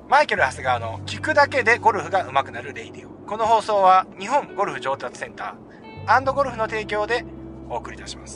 マイケル・長谷川の聞くだけでゴルフが上手くなるレイディオ。この放送は日本ゴルフ上達センター&ゴルフの提供でお送りいたします。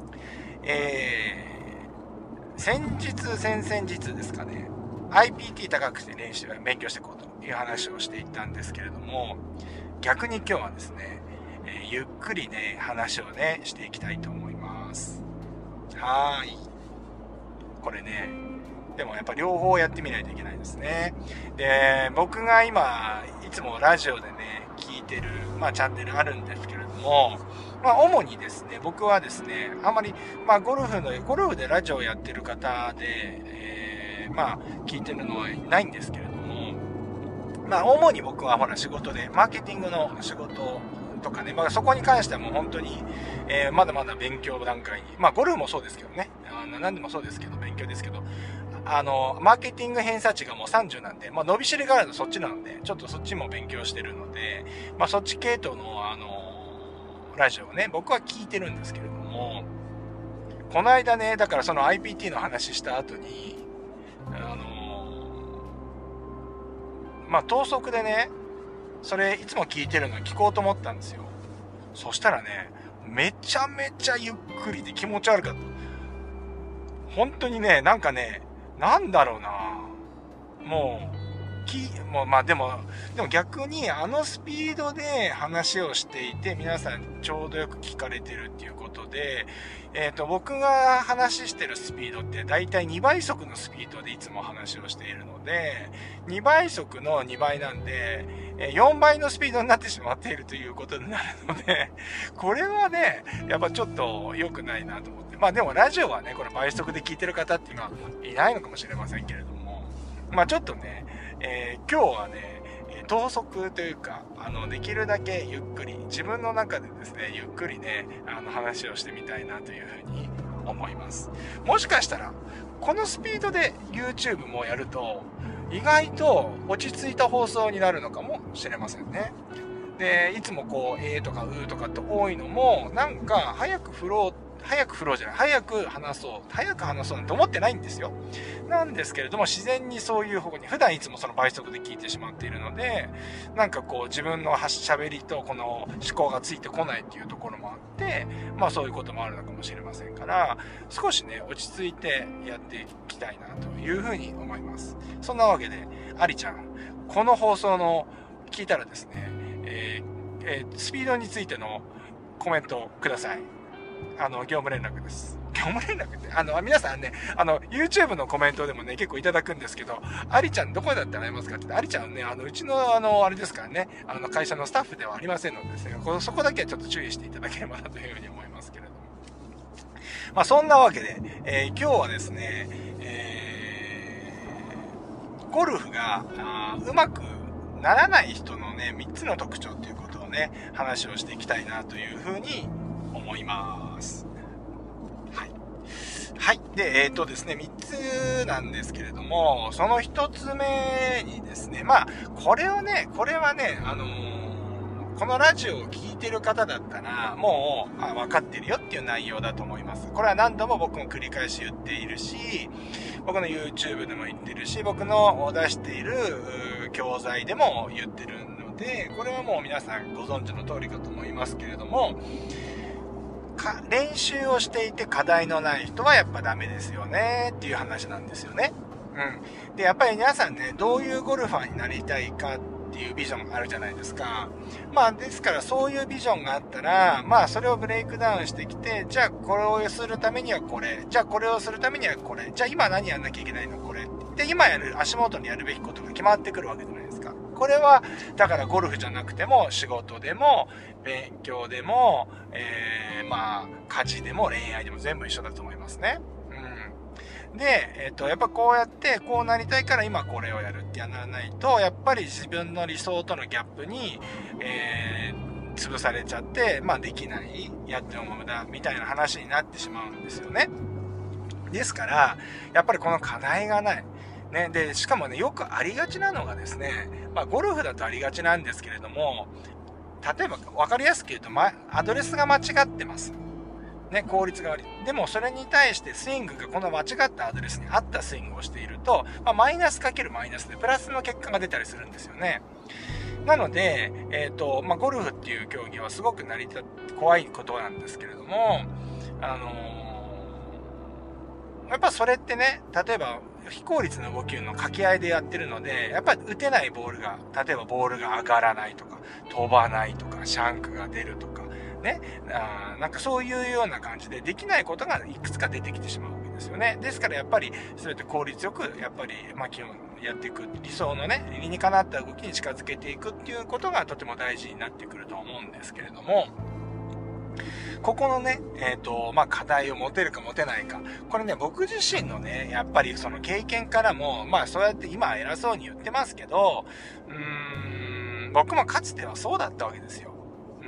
先々日ですかね、IPT 高くして勉強していこうという話をしていったんですけれども、逆に今日はですね、ゆっくりね、話をね、していきたいと思います。はーい。これね、でもやっぱ両方やってみないといけないですね。で、僕が今、いつもラジオでね、聞いてる、チャンネルあるんですけれども、主にですね、僕はですね、あまり、ゴルフでラジオをやってる方で、聞いてるのはないんですけれども、主に僕はほら仕事で、マーケティングの仕事とかね、そこに関してはもう本当に、まだまだ勉強段階に、ゴルフもそうですけどね、何でもそうですけど、勉強ですけど、マーケティング偏差値がもう30なんで、伸びしりがあるのそっちなので、ちょっとそっちも勉強してるので、そっち系統のラジオをね、僕は聞いてるんですけれども、この間ね、だからその IPT の話した後に、等速でね、それいつも聞いてるの聞こうと思ったんですよ。そしたらね、めちゃめちゃゆっくりで気持ち悪かった。本当にね、なんかね、なんだろうな、もうでも逆にあのスピードで話をしていて、皆さんちょうどよく聞かれてるっていうことで、僕が話してるスピードってだいたい2倍速のスピードでいつも話をしているので、2倍速の2倍なんで、4倍のスピードになってしまっているということになるので、これはね、やっぱちょっと良くないなと思って。でもラジオはね、これ倍速で聞いてる方っていうのはいないのかもしれませんけれども、ちょっとね、今日はね、等速というか、できるだけゆっくり、自分の中でですね、ゆっくりね、話をしてみたいなというふうに思います。もしかしたら、このスピードで YouTube もやると、意外と落ち着いた放送になるのかもしれませんね。で、いつもこう、とかうとかって多いのも、なんか、早く話そうなんて思ってないんですよ。なんですけれども、自然にそういう方向に、普段いつもその倍速で聞いてしまっているので、なんかこう、自分の喋りとこの思考がついてこないっていうところもあって、そういうこともあるのかもしれませんから、少しね、落ち着いてやっていきたいなというふうに思います。そんなわけで、ありちゃん、この放送の聞いたらですね、スピードについてのコメントをください。業務連絡です。業務連絡って、皆さんね、YouTube のコメントでもね、結構いただくんですけど、ありちゃんどこだって会えますかって、ありちゃんね、うちのあれですからね、会社のスタッフではありませんのでですね、そこだけはちょっと注意していただければなというふうに思いますけれども。そんなわけで、今日はですね、ゴルフがうまくならない人のね、3つの特徴ということをね、話をしていきたいなというふうに思います。はい。はい。で、ですね、3つなんですけれども、その1つ目にですね、これはね、このラジオを聞いてる方だったら、もう、分かってるよっていう内容だと思います。これは何度も僕も繰り返し言っているし、僕の YouTube でも言ってるし、僕の出している教材でも言ってるので、これはもう皆さんご存知の通りかと思いますけれども、練習をしていて課題のない人はやっぱダメですよねっていう話なんですよね。うん。で、やっぱり皆さんね、どういうゴルファーになりたいかっていうビジョンがあるじゃないですか。ですからそういうビジョンがあったら、それをブレイクダウンしてきて、じゃあこれをするためにはこれ、じゃあこれをするためにはこれ、じゃあ今何やんなきゃいけないのこれ。で、今足元にやるべきことが決まってくるわけじゃないですか。これは、だからゴルフじゃなくても、仕事でも、勉強でも、家事でも恋愛でも全部一緒だと思いますね。で、やっぱこうやって、こうなりたいから今これをやるってやらないと、やっぱり自分の理想とのギャップに、潰されちゃって、できない、やっても無駄、みたいな話になってしまうんですよね。ですから、やっぱりこの課題がない。ね、で、しかもね、よくありがちなのがですね、ゴルフだとありがちなんですけれども、例えば分かりやすく言うと、アドレスが間違ってます。 ね、効率が悪い。でもそれに対してスイングがこの間違ったアドレスに合ったスイングをしていると、マイナスかけるマイナスでプラスの結果が出たりするんですよね。なので、ゴルフっていう競技はすごく怖いことなんですけれども、やっぱそれってね、例えば非効率の動きの掛け合いでやってるので、やっぱり打てないボールが、例えばボールが上がらないとか、飛ばないとか、シャンクが出るとか、ね、なんかそういうような感じでできないことがいくつか出てきてしまうわけですよね。ですからやっぱり、そうやって効率よく、やっぱり、基本やっていく、理想のね、理にかなった動きに近づけていくっていうことがとても大事になってくると思うんですけれども、ここのね、課題を持てるか持てないか。これね、僕自身のね、やっぱりその経験からも、そうやって今偉そうに言ってますけど、僕もかつてはそうだったわけですよ。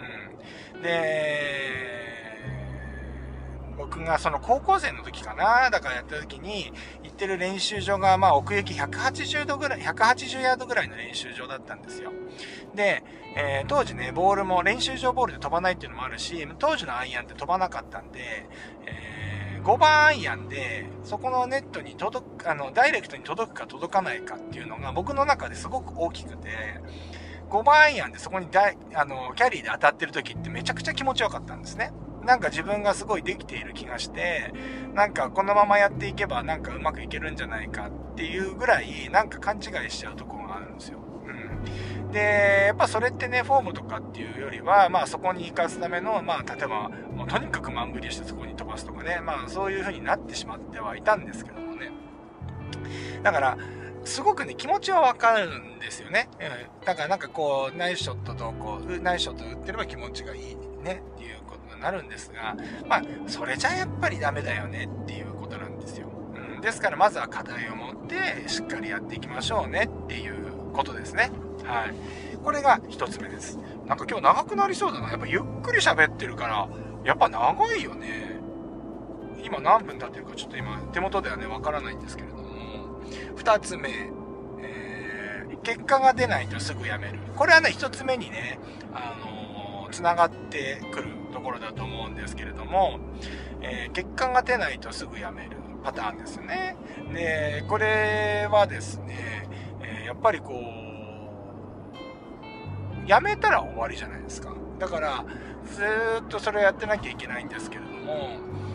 で、僕がその高校生の時かな、だからやった時に行ってる練習場が奥行き180度ぐらい、180ヤードぐらいの練習場だったんですよ。で、当時ね、ボールも練習場ボールで飛ばないっていうのもあるし、当時のアイアンって飛ばなかったんで、5番アイアンで、そこのネットにダイレクトに届くか届かないかっていうのが僕の中ですごく大きくて、5番アイアンでそこにキャリーで当たってる時ってめちゃくちゃ気持ちよかったんですね。なんか自分がすごいできている気がして、なんかこのままやっていけばなんかうまくいけるんじゃないかっていうぐらいなんか勘違いしちゃうところがあるんですよ。で、やっぱそれってね、フォームとかっていうよりは、そこに活かすための、例えば、もうとにかくマングリしてそこに飛ばすとかね、そういう風になってしまってはいたんですけどもね。だから、すごくね、気持ちはわかるんですよね。だからなんかこう、ナイスショットとナイスショット打ってれば気持ちがいいねっていうことになるんですが、それじゃやっぱりダメだよねっていうことなんですよ。ですからまずは課題を持ってしっかりやっていきましょうねっていうことですね。はい。これが一つ目です。なんか今日長くなりそうだな。やっぱゆっくり喋ってるから、やっぱ長いよね。今何分経ってるかちょっと今手元ではね、わからないんですけれども。二つ目、結果が出ないとすぐやめる。これはね、一つ目にね、繋がってくるところだと思うんですけれども、結果が出ないとすぐやめるパターンですね。で、これはですね、やっぱりこう、やめたら終わりじゃないですか。だから、ずーっとそれをやってなきゃいけないんですけれども、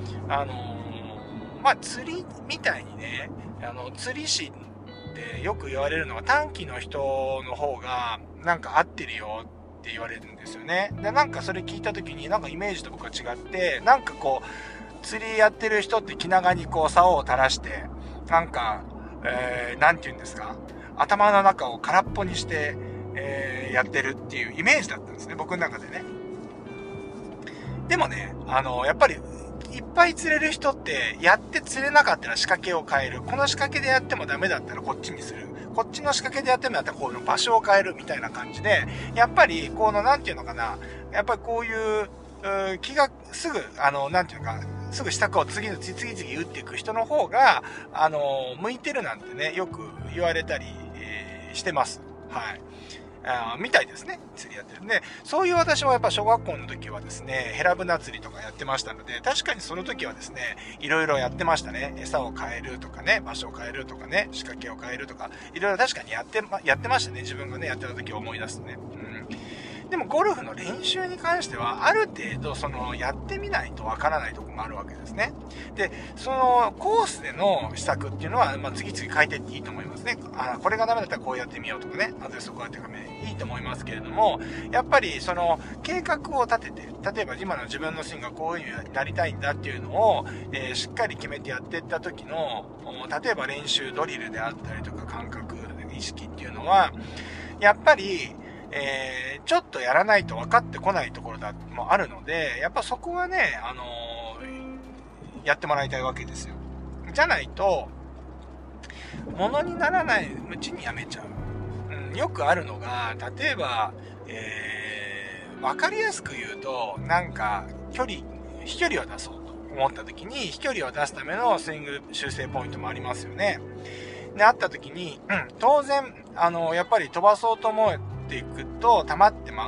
釣りみたいにね、釣り師ってよく言われるのが短期の人の方がなんか合ってるよって言われるんですよね。で、なんかそれ聞いた時になんかイメージと僕は違って、なんかこう、釣りやってる人って気長にこう竿を垂らして、なんか、なんて言うんですか、頭の中を空っぽにして、やってるっていうイメージだったんですね、僕の中でね。でもね、やっぱり、いっぱい釣れる人って、やって釣れなかったら仕掛けを変える。この仕掛けでやってもダメだったらこっちにする。こっちの仕掛けでやってもだったらこういう場所を変えるみたいな感じで、やっぱり、なんていうのかな、やっぱりこういう、気がすぐ、なんていうのか、すぐ支度を次々打っていく人の方が、向いてるなんてね、よく言われたり、してます。はい。みたいですね。釣りやってるんで、そういう私もやっぱ小学校の時はですね、ヘラブナ釣りとかやってましたので、確かにその時はですね、いろいろやってましたね。餌を変えるとかね、場所を変えるとかね、仕掛けを変えるとか、いろいろ確かにやってましたね。自分がね、やってた時を思い出すとね。でもゴルフの練習に関しては、ある程度やってみないとわからないところがあるわけですね。で、そのコースでの施策っていうのは、次々変えていっていいと思いますね。これがダメだったらこうやってみようとかね。そこやってみよういいと思いますけれども、やっぱり計画を立てて、例えば今の自分のスイングがこういう風になりたいんだっていうのを、しっかり決めてやっていった時の、例えば練習ドリルであったりとか感覚、意識っていうのは、やっぱり、ちょっとやらないと分かってこないところもあるので、やっぱそこはね、やってもらいたいわけですよ。じゃないと、ものにならないうちにやめちゃう。よくあるのが、例えば、分かりやすく言うと、なんか、飛距離を出そうと思った時に、飛距離を出すためのスイング修正ポイントもありますよね。で、あった時に、当然、やっぱり飛ばそうと思っていくと、溜まって曲がっ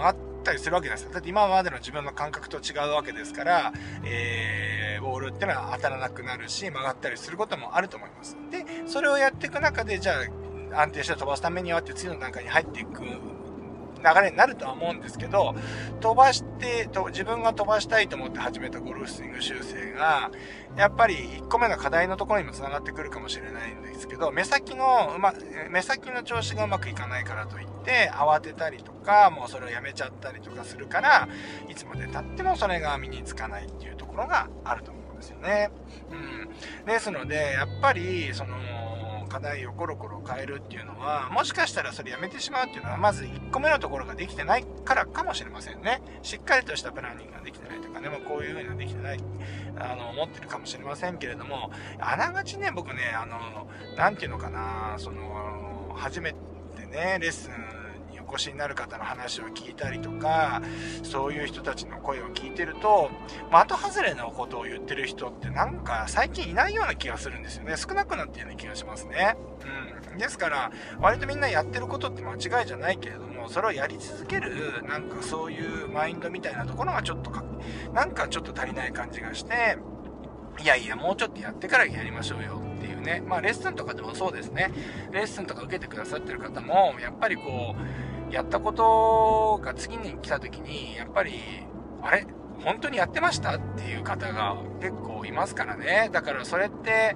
ったりするわけですよ。だって今までの自分の感覚と違うわけですから、ボールってのは当たらなくなるし、曲がったりすることもあると思います。で、それをやっていく中で、じゃあ、安定して飛ばすためにはって次の段階に入っていく流れになるとは思うんですけど、自分が飛ばしたいと思って始めたゴルフスイング修正が、やっぱり1個目の課題のところにも繋がってくるかもしれないんですけど、目先の調子がうまくいかないからといって、慌てたりとか、もうそれをやめちゃったりとかするから、いつまで経ってもそれが身につかないっていうところがあると思うんですよね。ですので、やっぱり、課題をコロコロ変えるっていうのは、もしかしたらそれやめてしまうっていうのは、まず1個目のところができてないからかもしれませんね。しっかりとしたプランニングができてないとかね、こういう風にはできてない、思ってるかもしれませんけれども、あながちね、僕ね、なんていうのかな、初めてね、レッスンにお越しになる方の話を聞いたりとか、そういう人たちの声を聞いてると、的外れのことを言ってる人ってなんか最近いないような気がするんですよね。少なくなっているような気がしますね。ですから、割とみんなやってることって間違いじゃないけれども、それをやり続ける、なんかそういうマインドみたいなところがちょっとなんかちょっと足りない感じがして、いやいや、もうちょっとやってからやりましょうよっていうね。レッスンとかでもそうですね。レッスンとか受けてくださってる方も、やっぱりやったことが次に来た時に、やっぱり、あれ本当にやってましたっていう方が結構いますからね。だからそれって、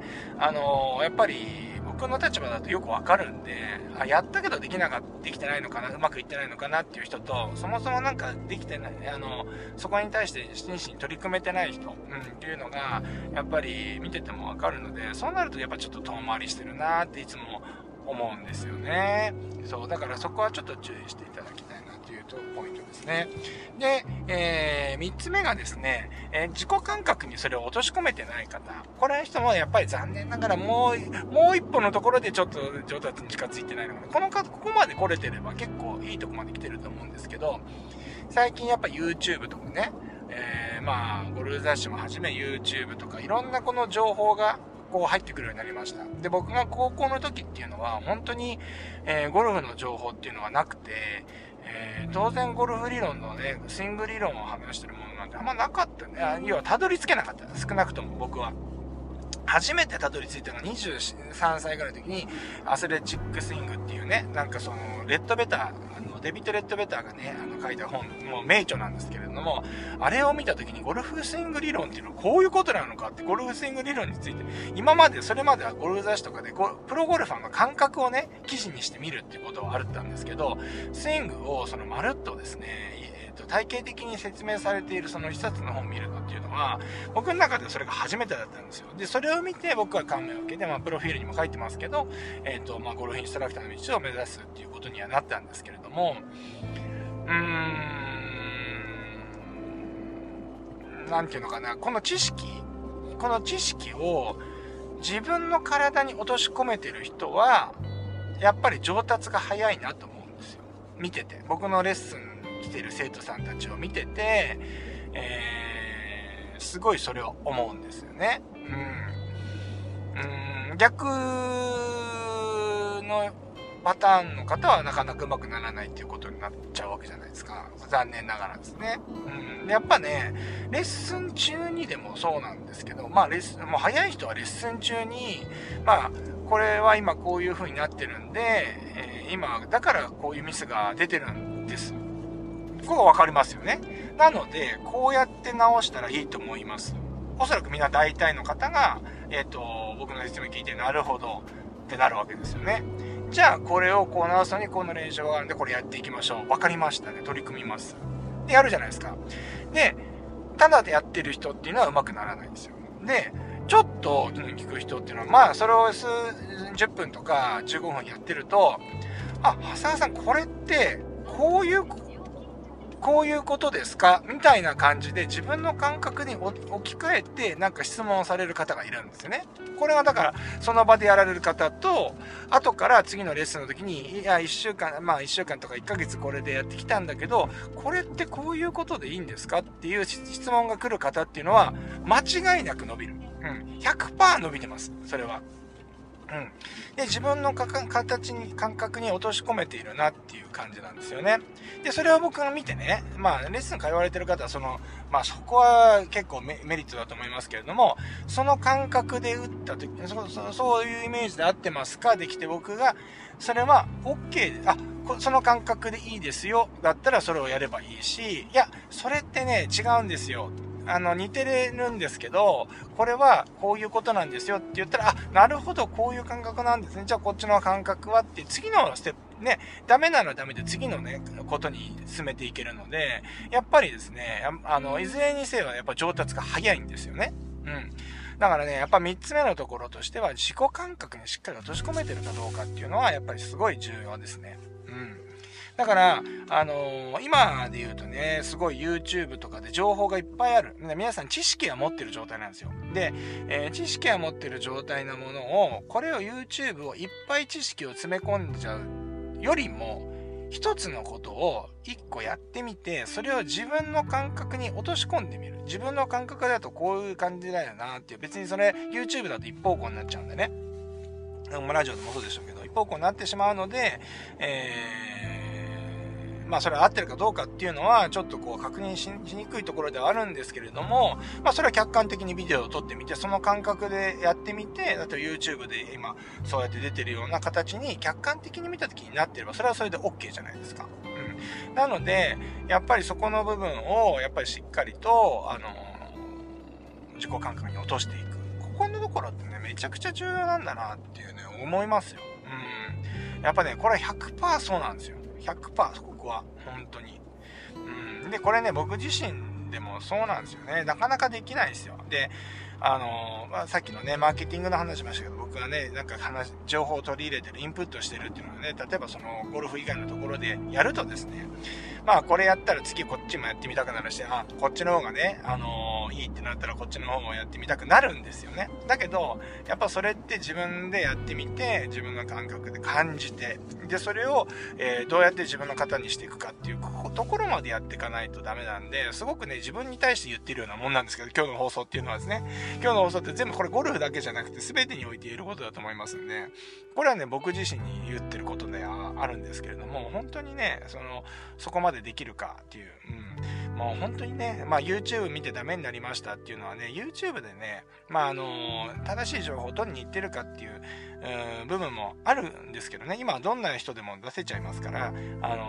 やっぱり、僕の立場だとよくわかるんで、やったけどできてないのかな、うまくいってないのかなっていう人と、そもそもなんかできてない、そこに対して真摯に取り組めてない人、っていうのが、やっぱり見ててもわかるので、そうなるとやっぱちょっと遠回りしてるなっていつも思うんですよね。そう、だからそこはちょっと注意していただきたいなというポイントですね。で、3つ目がですね、自己感覚にそれを落とし込めてない方。これの人もやっぱり残念ながらもう一歩のところでちょっと上達に近づいてないのかな。ここまで来れてれば結構いいとこまで来てると思うんですけど、最近やっぱ YouTube とかね、ゴルフ雑誌もはじめ YouTube とかいろんなこの情報が入ってくるようになりました。で、僕が高校の時っていうのは、本当に、ゴルフの情報っていうのがなくて、当然ゴルフ理論のね、スイング理論を話してるものなんてあんまなかったね。要はたどり着けなかった。少なくとも僕は。初めてたどり着いたのが23歳ぐらいの時に、アスレチックスイングっていうね、なんかレッドベター、デビッド・レッドベターがね、書いた本、もう名著なんですけれども、あれを見た時にゴルフスイング理論っていうのはこういうことなのかって、ゴルフスイング理論について、それまではゴルフ雑誌とかで、プロゴルファーの感覚をね、記事にしてみるっていうことはあったんですけど、スイングをまるっとですね、体系的に説明されているその一冊の本を見るのっていうのは、僕の中でそれが初めてだったんですよ。で、それを見て僕は感銘を受けて、プロフィールにも書いてますけど、ゴルフインストラクターの道を目指すっていうことにはなったんですけれども、なんていうのかな、この知識を自分の体に落とし込めてる人は、やっぱり上達が早いなと思うんですよ。見てて。僕のレッスン来てる生徒さんたちを見てて、すごいそれを思うんですよね。逆のパターンの方はなかなか上手くならないっていうことになっちゃうわけじゃないですか。残念ながらですね。やっぱね、レッスン中にでもそうなんですけど、もう早い人はレッスン中に、これは今こういう風になってるんで、今だからこういうミスが出てるんです。ここがわかりますよね。なので、こうやって直したらいいと思います。おそらくみんな大体の方が、僕の説明聞いてなるほどってなるわけですよね。じゃあ、これをこう直すのにこの練習があるんで、これやっていきましょう。わかりましたね。取り組みます。で、やるじゃないですか。で、ただでやってる人っていうのは上手くならないんですよ。で、ちょっと聞く人っていうのは、それを10分とか15分やってると、長谷川さん、これって、こういうことですかみたいな感じで自分の感覚に置き換えてなんか質問をされる方がいるんですよね。これはだからその場でやられる方と、後から次のレッスンの時に、いや1週間とか1ヶ月これでやってきたんだけど、これってこういうことでいいんですかっていう質問が来る方っていうのは間違いなく伸びる。100% 伸びてます。それは。 うん。で、自分の形に、感覚に落とし込めているなっていう感じなんですよね。で、それを僕が見てね、まあ、レッスン通われてる方は、まあ、そこは結構メリットだと思いますけれども、その感覚で打った時、そういうイメージで合ってますかできて、僕が、それは OK で、その感覚でいいですよ。だったらそれをやればいいし、いや、それってね、違うんですよ。似てるんですけど、これはこういうことなんですよって言ったら、なるほど、こういう感覚なんですね。じゃあこっちの感覚はって、次のステップ、ね、ダメならダメで次のね、ことに進めていけるので、やっぱりですね、いずれにせよやっぱ上達が早いんですよね。うん。だからね、やっぱ3つ目のところとしては、自己感覚にしっかり落とし込めてるかどうかっていうのは、やっぱりすごい重要ですね。うん。だから、今で言うとね、すごい YouTube とかで情報がいっぱいある。皆さん知識は持ってる状態なんですよ。で、知識は持ってる状態なものを、これを YouTube をいっぱい知識を詰め込んじゃうよりも、一つのことを一個やってみて、それを自分の感覚に落とし込んでみる。自分の感覚だとこういう感じだよなっていう。別にそれ YouTube だと一方向になっちゃうんでね。ラジオでもそうでしょうけど、一方向になってしまうので、まあそれは合ってるかどうかっていうのはちょっとこう確認しにくいところではあるんですけれども、まあそれは客観的にビデオを撮ってみて、その感覚でやってみて、だと YouTube で今そうやって出てるような形に客観的に見た時になってれば、それはそれで OK じゃないですか。うん。なので、やっぱりそこの部分をやっぱりしっかりと、自己感覚に落としていく。ここのところってね、めちゃくちゃ重要なんだなっていうね、思いますよ。うん。やっぱね、これは 100% そうなんですよ。100% ここは本当に、でこれね僕自身でもそうなんですよね。なかなかできないですよ。でまあ、さっきのねマーケティングの話しましたけど、僕はねなんか情報を取り入れてるインプットしてるっていうのはね、例えばそのゴルフ以外のところでやるとですね、まあこれやったら次こっちもやってみたくなるし、こっちの方がねいいってなったらこっちの方もやってみたくなるんですよね。だけどやっぱそれって自分でやってみて、自分の感覚で感じて、でそれを、どうやって自分の型にしていくかっていうところまでやっていかないとダメなんで、すごくね自分に対して言ってるようなもんなんですけど、今日の放送っていうのはですね、今日の放送って全部これゴルフだけじゃなくて全てにおいて言えることだと思いますんで、これはね僕自身に言ってることであるんですけれども、本当にねそこまでできるかっていう、もう本当にね、まあ YouTube 見てダメになりましたっていうのはね、 YouTube でね、まあ正しい情報を取りに行ってるかっていう部分もあるんですけどね、今はどんな人でも出せちゃいますから、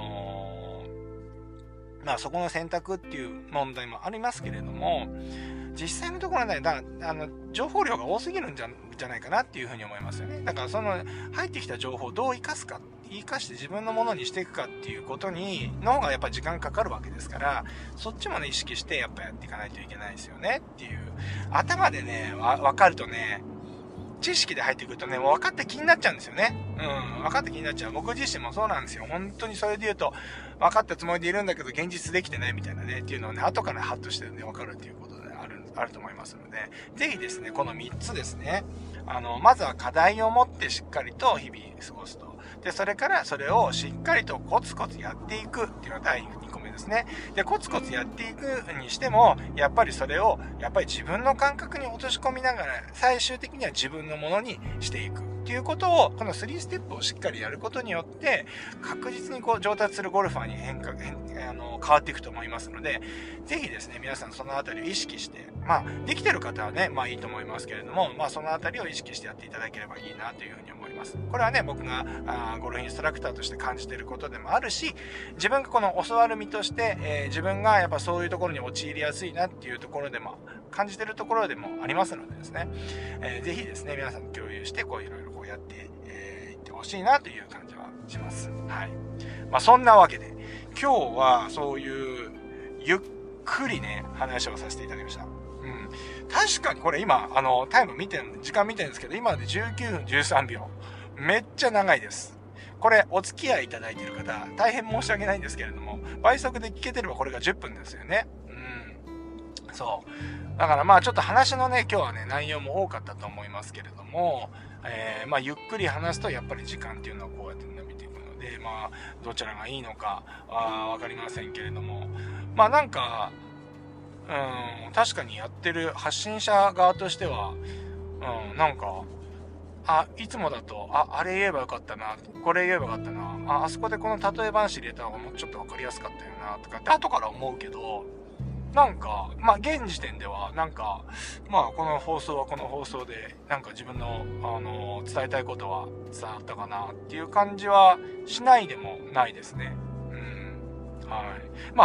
まあそこの選択っていう問題もありますけれども、実際のところはね、情報量が多すぎるんじゃないかなっていうふうに思いますよね。だから入ってきた情報をどう生かして自分のものにしていくかっていうことの方がやっぱり時間かかるわけですから、そっちもね意識してやっぱやっていかないといけないですよねっていう。頭でね分かるとね、知識で入ってくるとね、もう分かって気になっちゃうんですよね。分かって気になっちゃう。僕自身もそうなんですよ。本当にそれで言うと、分かったつもりでいるんだけど、現実できてないみたいなね、っていうのをね、後からハッとしてね、分かるっていうことであると思いますので、ぜひですね、この3つですね、まずは課題を持ってしっかりと日々過ごすと。で、それからそれをしっかりとコツコツやっていくっていうのが第2個目ですね。で、コツコツやっていくにしても、やっぱりそれを、やっぱり自分の感覚に落とし込みながら、最終的には自分のものにしていくっていうことを、この3ステップをしっかりやることによって、確実にこう上達するゴルファーに変わっていくと思いますので、ぜひですね、皆さんそのあたりを意識して、まあ、できてる方はね、まあいいと思いますけれども、まあそのあたりを意識してやっていただければいいなというふうに思います。これはね、僕がゴルフインストラクターとして感じていることでもあるし、自分がこの教わる身として、自分がやっぱそういうところに陥りやすいなっていうところでも、感じているところでもありますのでですね、ぜひですね、皆さんと共有して、こういろいろこうやっていってほしいなという感じはします。はい。まあそんなわけで、今日はそういうゆっくりね、話をさせていただきました。確かにこれ今、時間見てるんですけど、今で19分13秒。めっちゃ長いです。これ、お付き合いいただいている方、大変申し訳ないんですけれども、倍速で聞けてればこれが10分ですよね。そう。だからまあちょっと話のね、今日はね、内容も多かったと思いますけれども、まあゆっくり話すとやっぱり時間っていうのはこうやって伸びていくので、まあどちらがいいのかわかりませんけれども、まあなんか、確かにやってる発信者側としては、なんかいつもだと、あれ言えばよかったな、これ言えばよかったな、あそこでこの例え話入れた方がもうちょっとわかりやすかったよな、とかって後から思うけど、なんか、現時点では、なんか、この放送はこの放送で、なんか自分の、伝えたいことは伝わったかなっていう感じはしないでもないですね。はい。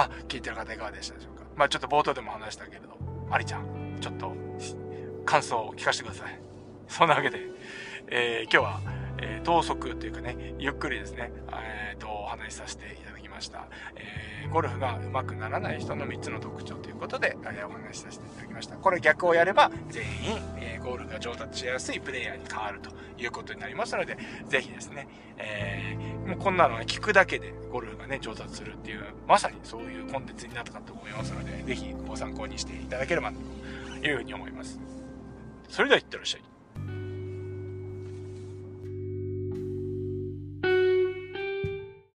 聞いてる方いかがでしたでしょうか。ちょっと冒頭でも話したけれど、ありちゃん、ちょっと、感想を聞かせてください。そんなわけで、今日は、等速というかね、ゆっくりですね、お話しさせていただきました。ゴルフが上手くならない人の3つの特徴ということで、お話しさせていただきました。これ逆をやれば、全員、ゴルフが上達しやすいプレイヤーに変わるということになりますので、ぜひですね、もうこんなのは聞くだけでゴルフがね、上達するっていう、まさにそういうコンテンツになったかと思いますので、ぜひご参考にしていただければというふうに思います。それではいってらっしゃい。